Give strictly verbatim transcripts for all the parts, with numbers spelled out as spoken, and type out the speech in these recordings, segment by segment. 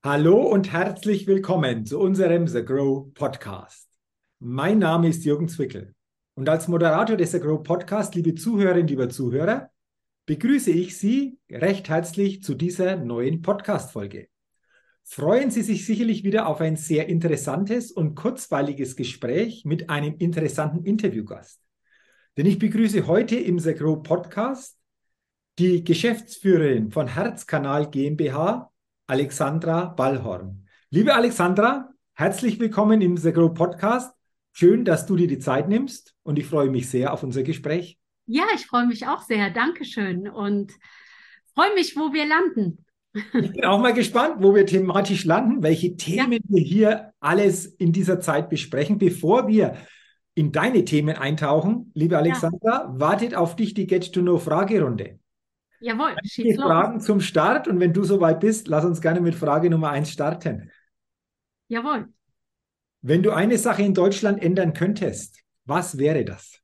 Hallo und herzlich willkommen zu unserem The Grow Podcast. Mein Name ist Jürgen Zwickel und als Moderator des The Grow Podcast, liebe Zuhörerinnen, lieber Zuhörer, begrüße ich Sie recht herzlich zu dieser neuen Podcast-Folge. Freuen Sie sich sicherlich wieder auf ein sehr interessantes und kurzweiliges Gespräch mit einem interessanten Interviewgast. Denn ich begrüße heute im The Grow Podcast die Geschäftsführerin von Herzkanal GmbH, Alexandra Ballhorn. Liebe Alexandra, herzlich willkommen im The Grow Podcast. Schön, dass du dir die Zeit nimmst und ich freue mich sehr auf unser Gespräch. Ja, ich freue mich auch sehr. Dankeschön und freue mich, wo wir landen. Ich bin auch mal gespannt, wo wir thematisch landen, welche Ja, Themen wir hier alles in dieser Zeit besprechen. Bevor wir in deine Themen eintauchen, liebe ja, Alexandra, wartet auf dich die Get-to-Know-Fragerunde. jawohl, schieß Die los. Fragen zum Start und wenn du soweit bist, lass uns gerne mit Frage Nummer eins starten. Jawohl. Wenn du eine Sache in Deutschland ändern könntest, was wäre das?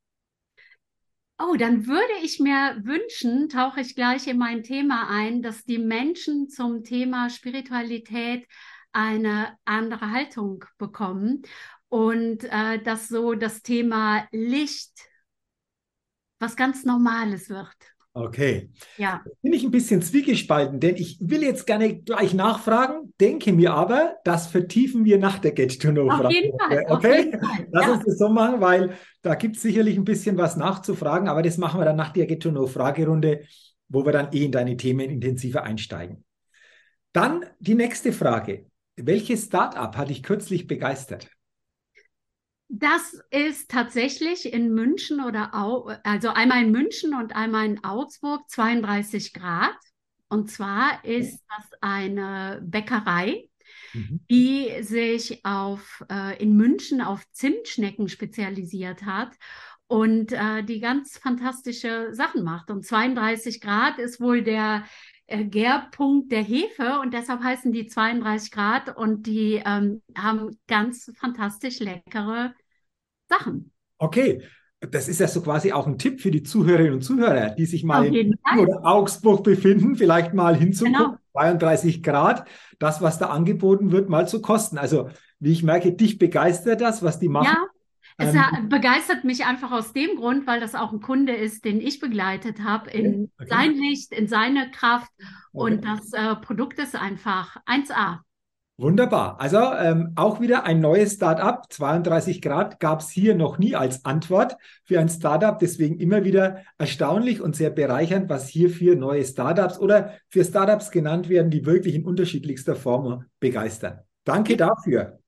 Oh, dann würde ich mir wünschen, tauche ich gleich in mein Thema ein, dass die Menschen zum Thema Spiritualität eine andere Haltung bekommen und äh, dass so das Thema Licht was ganz Normales wird. Okay, Ja, bin ich ein bisschen zwiegespalten, denn ich will jetzt gerne gleich nachfragen, denke mir aber, das vertiefen wir nach der auf Get-to-Know-Frage. jeden Fall, auf Okay, jeden Fall. lass uns Ja, das so machen, weil da gibt es sicherlich ein bisschen was nachzufragen, aber das machen wir dann nach der Get-to-Know-Fragerunde, wo wir dann eh in deine Themen intensiver einsteigen. Dann die nächste Frage. Welches Startup hat dich kürzlich begeistert? das ist tatsächlich in München oder Au, also einmal in München und einmal in Augsburg zweiunddreißig Grad. Und zwar ist das eine Bäckerei, Mhm. die sich auf, äh, in München auf Zimtschnecken spezialisiert hat und äh, die ganz fantastische Sachen macht. Und zweiunddreißig Grad ist wohl der äh, Gärpunkt der Hefe und deshalb heißen die zweiunddreißig Grad und die ähm, haben ganz fantastisch leckere Sachen. Okay, das ist ja so quasi auch ein Tipp für die Zuhörerinnen und Zuhörer, die sich mal Auf in jeden München Fall. oder Augsburg befinden, vielleicht mal hinzugucken, Genau. zweiunddreißig Grad, das, was da angeboten wird, mal zu kosten. Also, wie ich merke, dich begeistert das, was die machen. Ja, es Ähm, ha- begeistert mich einfach aus dem Grund, weil das auch ein Kunde ist, den ich begleitet habe okay, in okay, sein Licht, in seine Kraft. okay. Und das äh, Produkt ist einfach eins A. Wunderbar. Also ähm, auch wieder ein neues Startup. zweiunddreißig Grad gab es hier noch nie als Antwort für ein Startup. Deswegen immer wieder erstaunlich und sehr bereichernd, was hier für neue Startups oder für Startups genannt werden, die wirklich in unterschiedlichster Form begeistern. Danke Ja, dafür.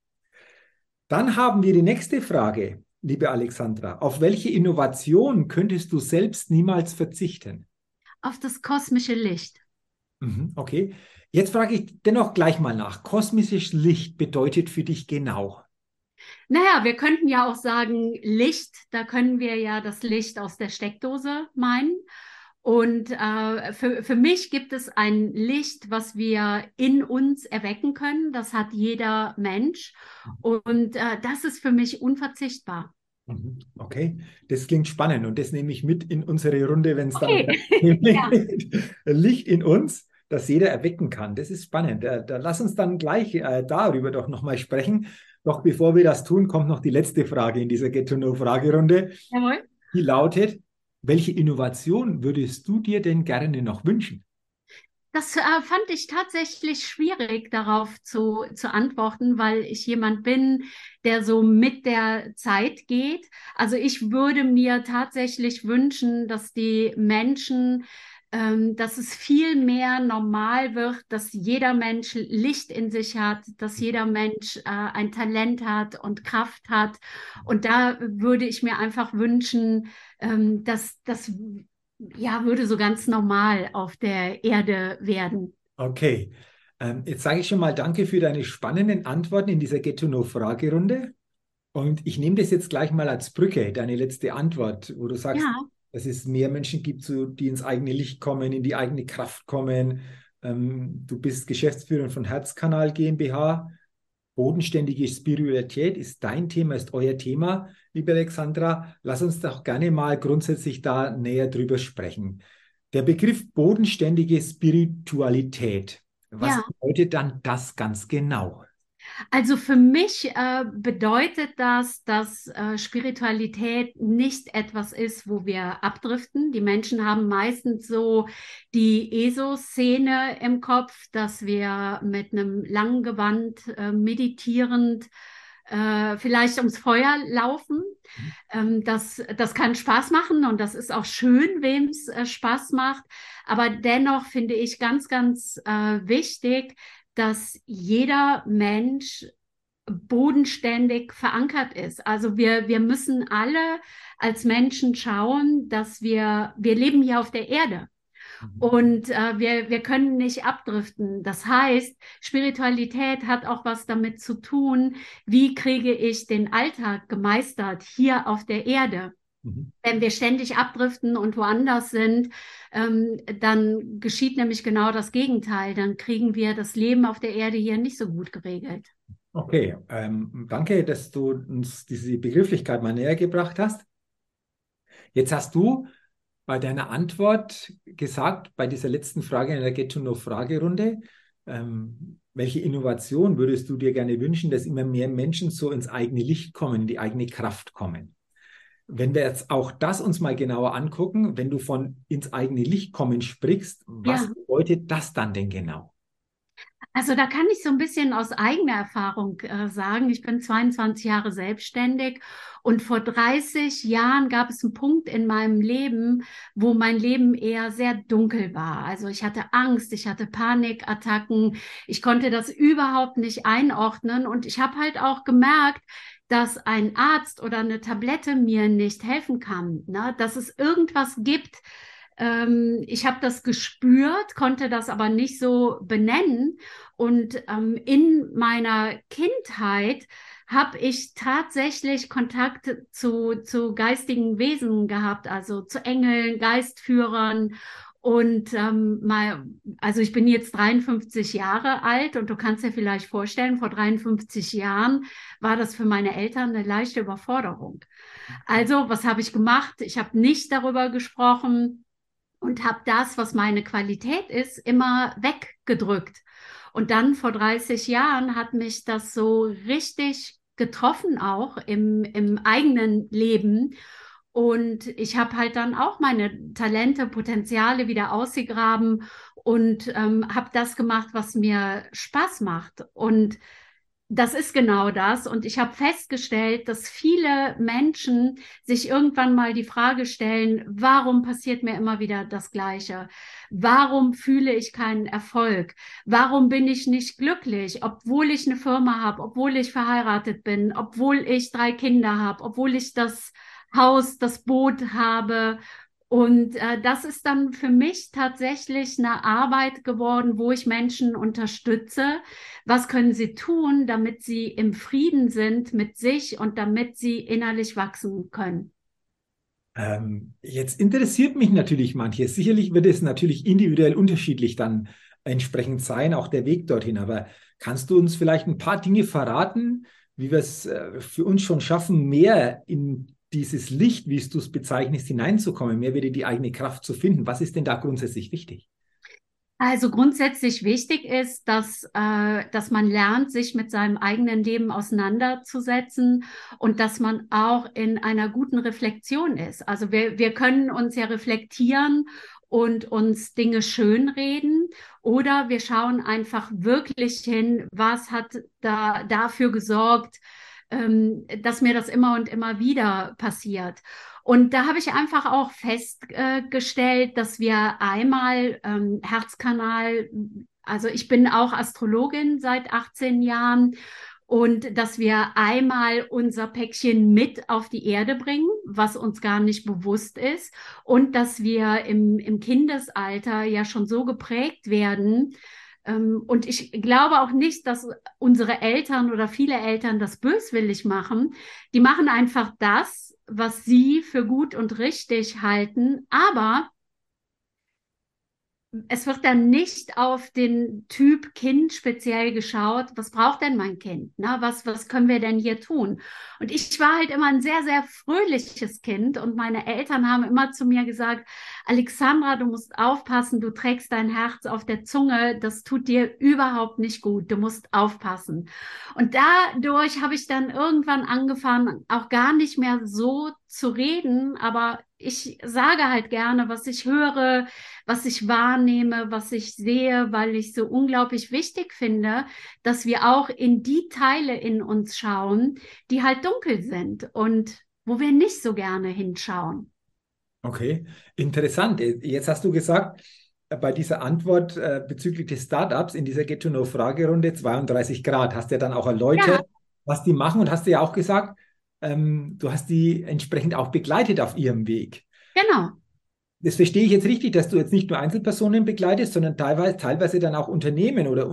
Dann haben wir die nächste Frage, liebe Alexandra. Auf welche Innovation könntest du selbst niemals verzichten? auf das kosmische Licht. Mhm, okay. Jetzt frage ich dennoch gleich mal nach. Kosmisches Licht bedeutet für dich genau. Naja, wir könnten ja auch sagen Licht, da können wir ja das Licht aus der Steckdose meinen. Und äh, für, für mich gibt es ein Licht, was wir in uns erwecken können. Das hat jeder Mensch. Und äh, das ist für mich unverzichtbar. Mhm. Okay, das klingt spannend und das nehme ich mit in unsere Runde, wenn es dann um Okay, das Thema ja, geht. Licht in uns, das jeder erwecken kann. Das ist spannend. Da, da lass uns dann gleich äh, darüber doch nochmal sprechen. Doch bevor wir das tun, kommt noch die letzte Frage in dieser Get-to-Know-Fragerunde. jawohl. Die lautet, welche Innovation würdest du dir denn gerne noch wünschen? Das äh, fand ich tatsächlich schwierig, darauf zu, zu antworten, weil ich jemand bin, der so mit der Zeit geht. Also ich würde mir tatsächlich wünschen, dass die Menschen, ähm, dass es viel mehr normal wird, dass jeder Mensch Licht in sich hat, dass jeder Mensch äh, ein Talent hat und Kraft hat. Und da würde ich mir einfach wünschen, ähm, dass, dass ja, würde so ganz normal auf der Erde werden. Okay, ähm, jetzt sage ich schon mal danke für deine spannenden Antworten in dieser Get-to-Know-Fragerunde. Und ich nehme das jetzt gleich mal als Brücke, deine letzte Antwort, wo du sagst, Ja, dass es mehr Menschen gibt, so, die ins eigene Licht kommen, in die eigene Kraft kommen. Ähm, du bist Geschäftsführerin von Herzkanal GmbH. Bodenständige Spiritualität ist dein Thema, ist euer Thema, liebe Alexandra. Lass uns doch gerne mal grundsätzlich da näher drüber sprechen. Der Begriff bodenständige Spiritualität. Was Ja. bedeutet dann das ganz genau? Also für mich äh, bedeutet das, dass äh, Spiritualität nicht etwas ist, wo wir abdriften. Die Menschen haben meistens so die E S O-Szene im Kopf, dass wir mit einem langen Gewand äh, meditierend äh, vielleicht ums Feuer laufen. Ähm, das, das kann Spaß machen und das ist auch schön, wem es äh, Spaß macht. Aber dennoch finde ich ganz, ganz äh, wichtig, dass jeder Mensch bodenständig verankert ist. Also wir, wir müssen alle als Menschen schauen, dass wir, wir leben hier auf der Erde. Mhm. Und äh, wir, wir können nicht abdriften. Das heißt, Spiritualität hat auch was damit zu tun, wie kriege ich den Alltag gemeistert hier auf der Erde. Mhm. Wenn wir ständig abdriften und woanders sind, ähm, dann geschieht nämlich genau das Gegenteil. Dann kriegen wir das Leben auf der Erde hier nicht so gut geregelt. Okay, ähm, danke, dass du uns diese Begrifflichkeit mal näher gebracht hast. Jetzt hast du bei deiner Antwort gesagt, bei dieser letzten Frage in der Get-to-Know-Fragerunde, ähm, welche Innovation würdest du dir gerne wünschen, dass immer mehr Menschen so ins eigene Licht kommen, in die eigene Kraft kommen? Wenn wir jetzt auch das uns mal genauer angucken, wenn du von ins eigene Licht kommen sprichst, was Ja. bedeutet das dann denn genau? Also da kann ich so ein bisschen aus eigener Erfahrung äh, sagen. Ich bin zweiundzwanzig Jahre selbstständig und vor dreißig Jahren gab es einen Punkt in meinem Leben, wo mein Leben eher sehr dunkel war. Also ich hatte Angst, ich hatte Panikattacken, ich konnte das überhaupt nicht einordnen und ich habe halt auch gemerkt, dass ein Arzt oder eine Tablette mir nicht helfen kann, ne? Dass es irgendwas gibt. Ähm, ich habe das gespürt, konnte das aber nicht so benennen. Und ähm, in meiner Kindheit habe ich tatsächlich Kontakt zu, zu geistigen Wesen gehabt, also zu Engeln, Geistführern. Und ähm, mal, also ich bin jetzt dreiundfünfzig Jahre alt und du kannst dir vielleicht vorstellen, vor dreiundfünfzig Jahren war das für meine Eltern eine leichte Überforderung. Also, was habe ich gemacht? Ich habe nicht darüber gesprochen und habe das, was meine Qualität ist, immer weggedrückt. Und dann vor dreißig Jahren hat mich das so richtig getroffen, auch im, im eigenen Leben. Und ich habe halt dann auch meine Talente, Potenziale wieder ausgegraben und ähm, habe das gemacht, was mir Spaß macht. Und das ist genau das. Und ich habe festgestellt, dass viele Menschen sich irgendwann mal die Frage stellen, warum passiert mir immer wieder das Gleiche? Warum fühle ich keinen Erfolg? Warum bin ich nicht glücklich, obwohl ich eine Firma habe, obwohl ich verheiratet bin, obwohl ich drei Kinder habe, obwohl ich das Haus, das Boot habe? Und äh, das ist dann für mich tatsächlich eine Arbeit geworden, wo ich Menschen unterstütze. Was können sie tun, damit sie im Frieden sind mit sich und damit sie innerlich wachsen können? Ähm, jetzt interessiert mich natürlich manches. Sicherlich wird es natürlich individuell unterschiedlich dann entsprechend sein, auch der Weg dorthin. Aber kannst du uns vielleicht ein paar Dinge verraten, wie wir es äh, für uns schon schaffen, mehr in dieses Licht, wie du es bezeichnest, hineinzukommen, mehr wieder die eigene Kraft zu finden? Was ist denn da grundsätzlich wichtig? Also grundsätzlich wichtig ist, dass, äh, dass man lernt, sich mit seinem eigenen Leben auseinanderzusetzen und dass man auch in einer guten Reflexion ist. Also wir, wir können uns ja reflektieren und uns Dinge schönreden oder wir schauen einfach wirklich hin, was hat da dafür gesorgt, ähm, dass mir das immer und immer wieder passiert. Und da habe ich einfach auch festgestellt, dass wir einmal ähm, Herzkanal, also ich bin auch Astrologin seit achtzehn Jahren und dass wir einmal unser Päckchen mit auf die Erde bringen, was uns gar nicht bewusst ist und dass wir im, im Kindesalter ja schon so geprägt werden. Ähm, und ich glaube auch nicht, dass unsere Eltern oder viele Eltern das böswillig machen. Die machen einfach das, was sie für gut und richtig halten. Aber es wird dann nicht auf den Typ Kind speziell geschaut, was braucht denn mein Kind? Ne? Was, was können wir denn hier tun? Und ich war halt immer ein sehr, sehr fröhliches Kind und meine Eltern haben immer zu mir gesagt, Alexandra, du musst aufpassen, du trägst dein Herz auf der Zunge, das tut dir überhaupt nicht gut, du musst aufpassen. Und dadurch habe ich dann irgendwann angefangen, auch gar nicht mehr so zu reden, aber ich sage halt gerne, was ich höre, was ich wahrnehme, was ich sehe, weil ich so unglaublich wichtig finde, dass wir auch in die Teile in uns schauen, die halt dunkel sind und wo wir nicht so gerne hinschauen. Okay, interessant. Jetzt hast du gesagt, äh, bei dieser Antwort äh, bezüglich des Startups in dieser Get-to-Know-Fragerunde zweiunddreißig Grad, hast du ja dann auch Ja, erläutert, was die machen und hast du ja auch gesagt, ähm, du hast die entsprechend auch begleitet auf ihrem Weg. genau. Das verstehe ich jetzt richtig, dass du jetzt nicht nur Einzelpersonen begleitest, sondern teilweise, teilweise dann auch Unternehmen oder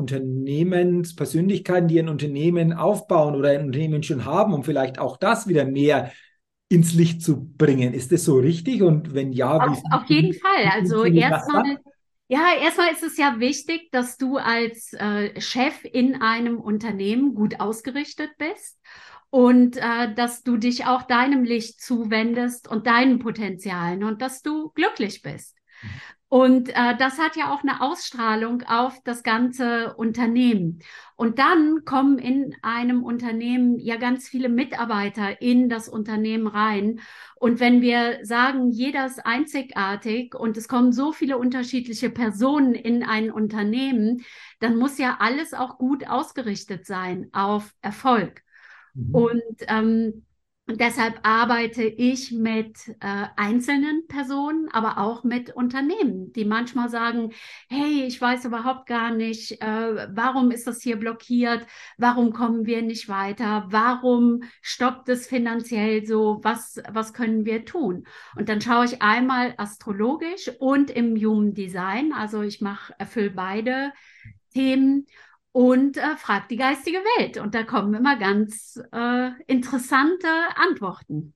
Unternehmenspersönlichkeiten, die ein Unternehmen aufbauen oder ein Unternehmen schon haben, um vielleicht auch das wieder mehr ins Licht zu bringen. Ist das so richtig? Und wenn ja, Auf, wie, auf jeden Fall. wie Also funktioniert das erstmal, dann? ja, erstmal ist es ja wichtig, dass du als äh, Chef in einem Unternehmen gut ausgerichtet bist und äh, dass du dich auch deinem Licht zuwendest und deinen Potenzialen und dass du glücklich bist. Und äh, das hat ja auch eine Ausstrahlung auf das ganze Unternehmen. Und dann kommen in einem Unternehmen ja ganz viele Mitarbeiter in das Unternehmen rein. Und wenn wir sagen, jeder ist einzigartig und es kommen so viele unterschiedliche Personen in ein Unternehmen, dann muss ja alles auch gut ausgerichtet sein auf Erfolg. Mhm. Und ähm, deshalb arbeite ich mit äh, einzelnen Personen, aber auch mit Unternehmen, die manchmal sagen, hey, ich weiß überhaupt gar nicht, äh, warum ist das hier blockiert, warum kommen wir nicht weiter, warum stoppt es finanziell so, was, was können wir tun? Und dann schaue ich einmal astrologisch und im Human Design, also ich mache, erfülle beide Themen und äh, fragt die geistige Welt. Und da kommen immer ganz äh, interessante Antworten.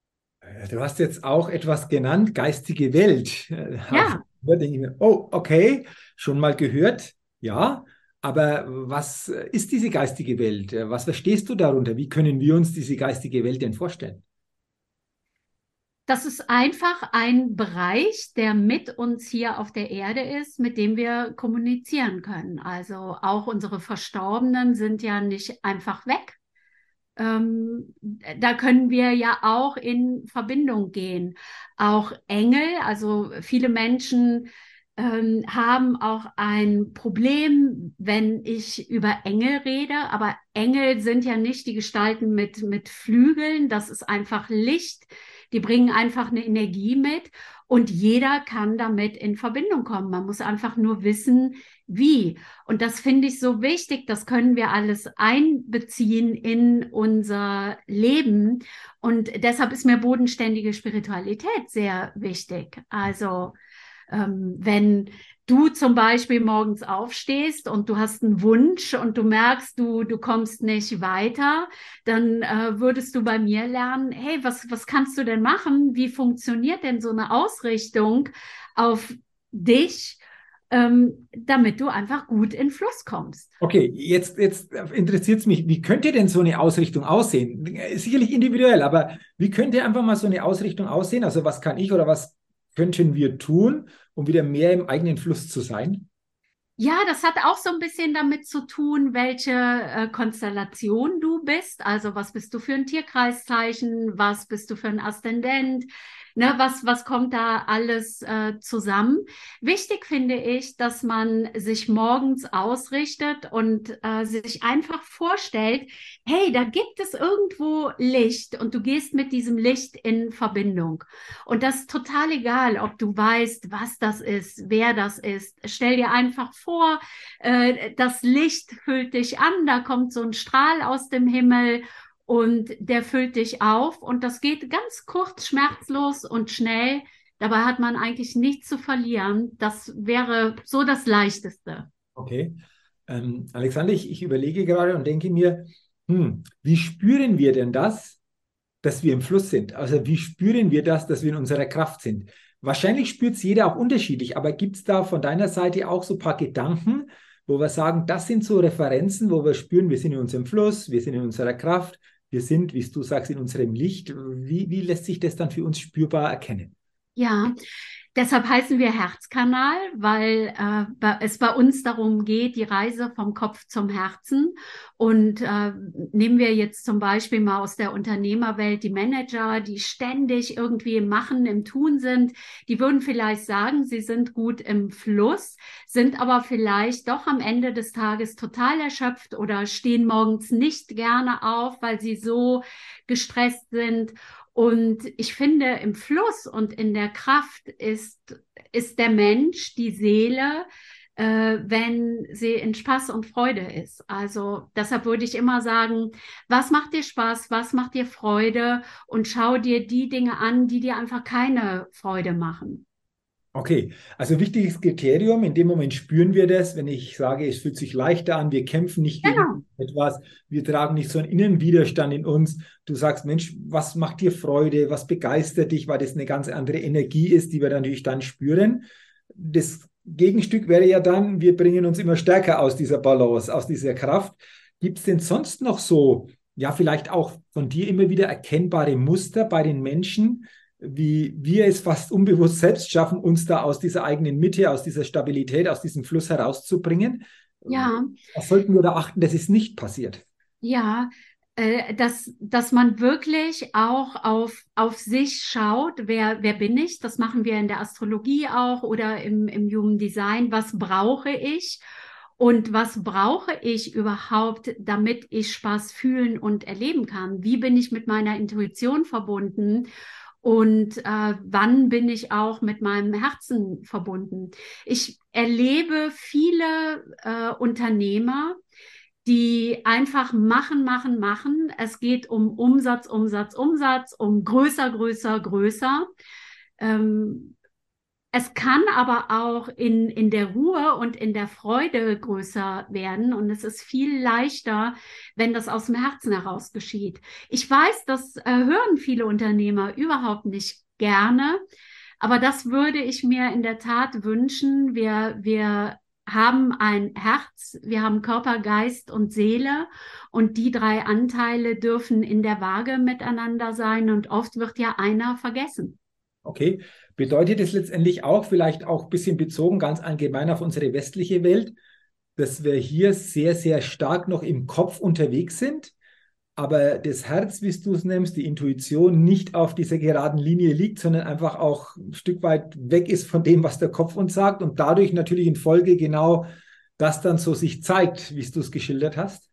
Äh, Du hast jetzt auch etwas genannt, geistige Welt. Äh, Da Ja, denke ich mir, oh, okay, schon mal gehört, ja. Aber was ist diese geistige Welt? Äh, Was verstehst du darunter? Wie können wir uns diese geistige Welt denn vorstellen? das ist einfach ein Bereich, der mit uns hier auf der Erde ist, mit dem wir kommunizieren können. Also auch unsere Verstorbenen sind ja nicht einfach weg. Ähm, da können wir ja auch in Verbindung gehen. Auch Engel, also viele Menschen ähm, haben auch ein Problem, wenn ich über Engel rede, aber Engel sind ja nicht die Gestalten mit, mit Flügeln, das ist einfach Licht, die bringen einfach eine Energie mit und jeder kann damit in Verbindung kommen. Man muss einfach nur wissen, wie. Und das finde ich so wichtig, das können wir alles einbeziehen in unser Leben. Und deshalb ist mir bodenständige Spiritualität sehr wichtig. Also ähm, wenn du zum Beispiel morgens aufstehst und du hast einen Wunsch und du merkst, du, du kommst nicht weiter, dann äh, würdest du bei mir lernen, hey, was, was kannst du denn machen? Wie funktioniert denn so eine Ausrichtung auf dich? Ähm, damit du einfach gut in Fluss kommst. Okay, jetzt, jetzt interessiert es mich, wie könnte denn so eine Ausrichtung aussehen? Sicherlich individuell, aber wie könnte einfach mal so eine Ausrichtung aussehen? Also was kann ich oder was könnten wir tun, um wieder mehr im eigenen Fluss zu sein? Ja, das hat auch so ein bisschen damit zu tun, welche äh, Konstellation du bist. Also was bist du für ein Tierkreiszeichen? Was bist du für ein Aszendent? Ne, was, was kommt da alles äh, zusammen? Wichtig finde ich, dass man sich morgens ausrichtet und äh, sich einfach vorstellt, hey, da gibt es irgendwo Licht und du gehst mit diesem Licht in Verbindung. Und das ist total egal, ob du weißt, was das ist, wer das ist. Stell dir einfach vor, äh, das Licht füllt dich an, da kommt so ein Strahl aus dem Himmel und der füllt dich auf und das geht ganz kurz, schmerzlos und schnell. Dabei hat man eigentlich nichts zu verlieren. Das wäre so das Leichteste. Okay. Ähm, Alexander, ich, ich überlege gerade und denke mir, hm, wie spüren wir denn das, dass wir im Fluss sind? Also wie spüren wir das, dass wir in unserer Kraft sind? Wahrscheinlich spürt es jeder auch unterschiedlich, aber gibt es da von deiner Seite auch so ein paar Gedanken, wo wir sagen, das sind so Referenzen, wo wir spüren, wir sind in unserem Fluss, wir sind in unserer Kraft, wir sind, wie du sagst, in unserem Licht. Wie, wie lässt sich das dann für uns spürbar erkennen? Ja, deshalb heißen wir Herzkanal, weil äh, bei, es bei uns darum geht, die Reise vom Kopf zum Herzen. Und äh, nehmen wir jetzt zum Beispiel mal aus der Unternehmerwelt die Manager, die ständig irgendwie im Machen, im Tun sind. Die würden vielleicht sagen, sie sind gut im Fluss, sind aber vielleicht doch am Ende des Tages total erschöpft oder stehen morgens nicht gerne auf, weil sie so gestresst sind. Und ich finde, im Fluss und in der Kraft ist, ist der Mensch, die Seele, äh, wenn sie in Spaß und Freude ist. Also deshalb würde ich immer sagen, was macht dir Spaß, was macht dir Freude und schau dir die Dinge an, die dir einfach keine Freude machen. Okay, also wichtiges Kriterium, in dem Moment spüren wir das, wenn ich sage, es fühlt sich leichter an, wir kämpfen nicht Genau. gegen etwas, wir tragen nicht so einen Innenwiderstand in uns. Du sagst, Mensch, was macht dir Freude, was begeistert dich, weil das eine ganz andere Energie ist, die wir natürlich dann spüren. Das Gegenstück wäre ja dann, wir bringen uns immer stärker aus dieser Balance, aus dieser Kraft. Gibt es denn sonst noch so, ja, vielleicht auch von dir immer wieder erkennbare Muster bei den Menschen, wie wir es fast unbewusst selbst schaffen, uns da aus dieser eigenen Mitte, aus dieser Stabilität, aus diesem Fluss herauszubringen? Ja, Was sollten wir da achten, dass es nicht passiert? ja, äh, dass, dass man wirklich auch auf, auf sich schaut, wer, wer bin ich? Das machen wir in der Astrologie auch oder im, im Human Design. Was brauche ich? Und was brauche ich überhaupt, damit ich Spaß fühlen und erleben kann? Wie bin ich mit meiner Intuition verbunden? Und äh, wann bin ich auch mit meinem Herzen verbunden? Ich erlebe viele äh, Unternehmer, die einfach machen, machen, machen. Es geht um Umsatz, Umsatz, Umsatz, um größer, größer, größer. Ähm, Es kann aber auch in, in der Ruhe und in der Freude größer werden. Und es ist viel leichter, wenn das aus dem Herzen heraus geschieht. Ich weiß, das äh, hören viele Unternehmer überhaupt nicht gerne. Aber das würde ich mir in der Tat wünschen. Wir, wir haben ein Herz, wir haben Körper, Geist und Seele. Und die drei Anteile dürfen in der Waage miteinander sein. Und oft wird ja einer vergessen. Okay, bedeutet es letztendlich auch, vielleicht auch ein bisschen bezogen ganz allgemein auf unsere westliche Welt, dass wir hier sehr, sehr stark noch im Kopf unterwegs sind, aber das Herz, wie du es nennst, die Intuition nicht auf dieser geraden Linie liegt, sondern einfach auch ein Stück weit weg ist von dem, was der Kopf uns sagt und dadurch natürlich in Folge genau das dann so sich zeigt, wie du es geschildert hast?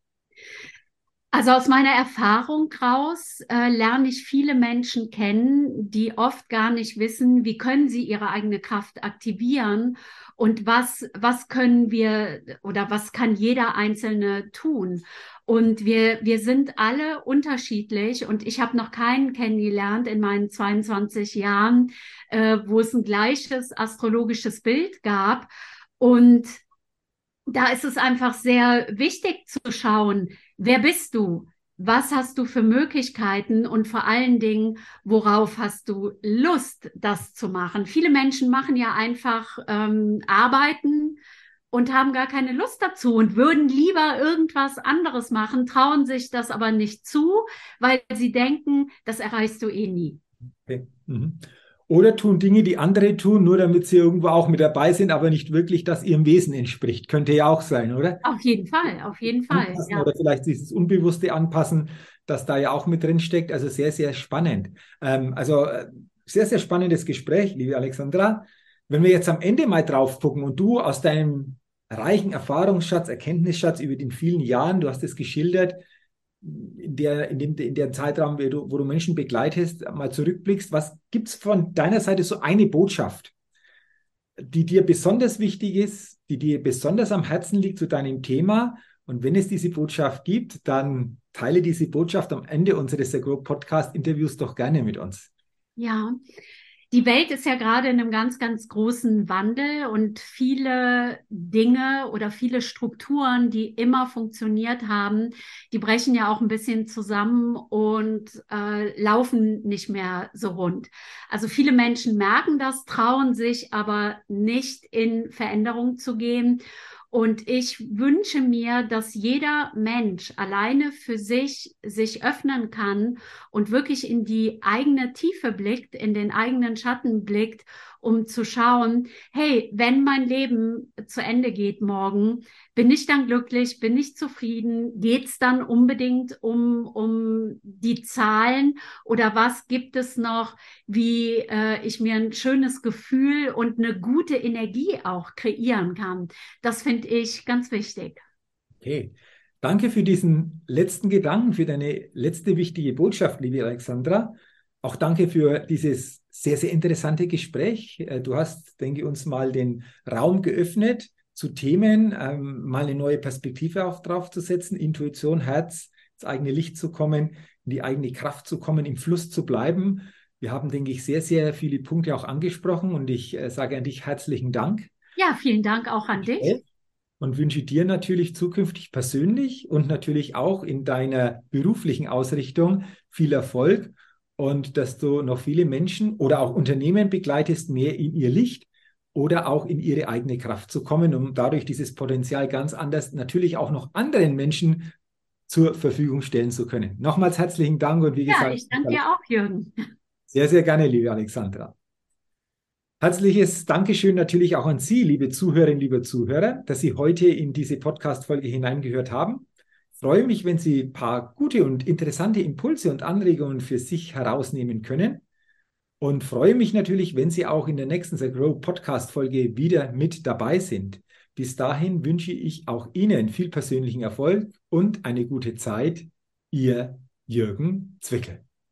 Also aus meiner Erfahrung raus äh, lerne ich viele Menschen kennen, die oft gar nicht wissen, wie können sie ihre eigene Kraft aktivieren und was, was können wir oder was kann jeder Einzelne tun. Und wir, wir sind alle unterschiedlich und ich habe noch keinen kennengelernt in meinen zweiundzwanzig Jahren, äh, wo es ein gleiches astrologisches Bild gab. Und da ist es einfach sehr wichtig zu schauen, wer bist du? Was hast du für Möglichkeiten und vor allen Dingen, worauf hast du Lust, das zu machen? Viele Menschen machen ja einfach ähm, Arbeiten und haben gar keine Lust dazu und würden lieber irgendwas anderes machen, trauen sich das aber nicht zu, weil sie denken, das erreichst du eh nie. Okay. Mhm. Oder tun Dinge, die andere tun, nur damit sie irgendwo auch mit dabei sind, aber nicht wirklich das ihrem Wesen entspricht. Könnte ja auch sein, oder? Auf jeden Fall, auf jeden Fall, Anpassen ja. oder vielleicht dieses Unbewusste anpassen, das da ja auch mit drin steckt. Also sehr, sehr spannend. Ähm, also äh, sehr, sehr spannendes Gespräch, liebe Alexandra. Wenn wir jetzt am Ende mal drauf gucken und du aus deinem reichen Erfahrungsschatz, Erkenntnisschatz über den vielen Jahren, du hast es geschildert, in der, in dem, in der Zeitraum, wo du, wo du Menschen begleitest, mal zurückblickst, was gibt es von deiner Seite so eine Botschaft, die dir besonders wichtig ist, die dir besonders am Herzen liegt zu deinem Thema? Und wenn es diese Botschaft gibt, dann teile diese Botschaft am Ende unseres The Grow Podcast Interviews doch gerne mit uns. Ja, Die Welt ist ja gerade in einem ganz, ganz großen Wandel und viele Dinge oder viele Strukturen, die immer funktioniert haben, die brechen ja auch ein bisschen zusammen und äh, laufen nicht mehr so rund. Also viele Menschen merken das, trauen sich aber nicht in Veränderung zu gehen. Und ich wünsche mir, dass jeder Mensch alleine für sich sich öffnen kann und wirklich in die eigene Tiefe blickt, in den eigenen Schatten blickt, um zu schauen, hey, wenn mein Leben zu Ende geht morgen, bin ich dann glücklich, bin ich zufrieden, geht es dann unbedingt um, um die Zahlen oder was gibt es noch, wie äh, ich mir ein schönes Gefühl und eine gute Energie auch kreieren kann. Das finde ich ganz wichtig. Okay. Danke für diesen letzten Gedanken, für deine letzte wichtige Botschaft, liebe Alexandra. Auch danke für dieses sehr, sehr interessante Gespräch. Äh, Du hast, denke ich, uns mal den Raum geöffnet zu Themen, ähm, mal eine neue Perspektive auch drauf zu setzen, Intuition, Herz, ins eigene Licht zu kommen, in die eigene Kraft zu kommen, im Fluss zu bleiben. Wir haben, denke ich, sehr, sehr viele Punkte auch angesprochen und ich äh, sage an dich herzlichen Dank. Ja, vielen Dank auch an dich. Und wünsche dir natürlich zukünftig persönlich und natürlich auch in deiner beruflichen Ausrichtung viel Erfolg und dass du noch viele Menschen oder auch Unternehmen begleitest, mehr in ihr Licht oder auch in ihre eigene Kraft zu kommen, um dadurch dieses Potenzial ganz anders natürlich auch noch anderen Menschen zur Verfügung stellen zu können. Nochmals herzlichen Dank und wie Ja, gesagt, ich danke dir auch, Jürgen. sehr, sehr gerne, liebe Alexandra. Herzliches Dankeschön natürlich auch an Sie, liebe Zuhörerinnen, liebe Zuhörer, dass Sie heute in diese Podcast-Folge hineingehört haben. Ich freue mich, wenn Sie ein paar gute und interessante Impulse und Anregungen für sich herausnehmen können. Und freue mich natürlich, wenn Sie auch in der nächsten The Grow Podcast-Folge wieder mit dabei sind. Bis dahin wünsche ich auch Ihnen viel persönlichen Erfolg und eine gute Zeit. Ihr Jürgen Zwickel.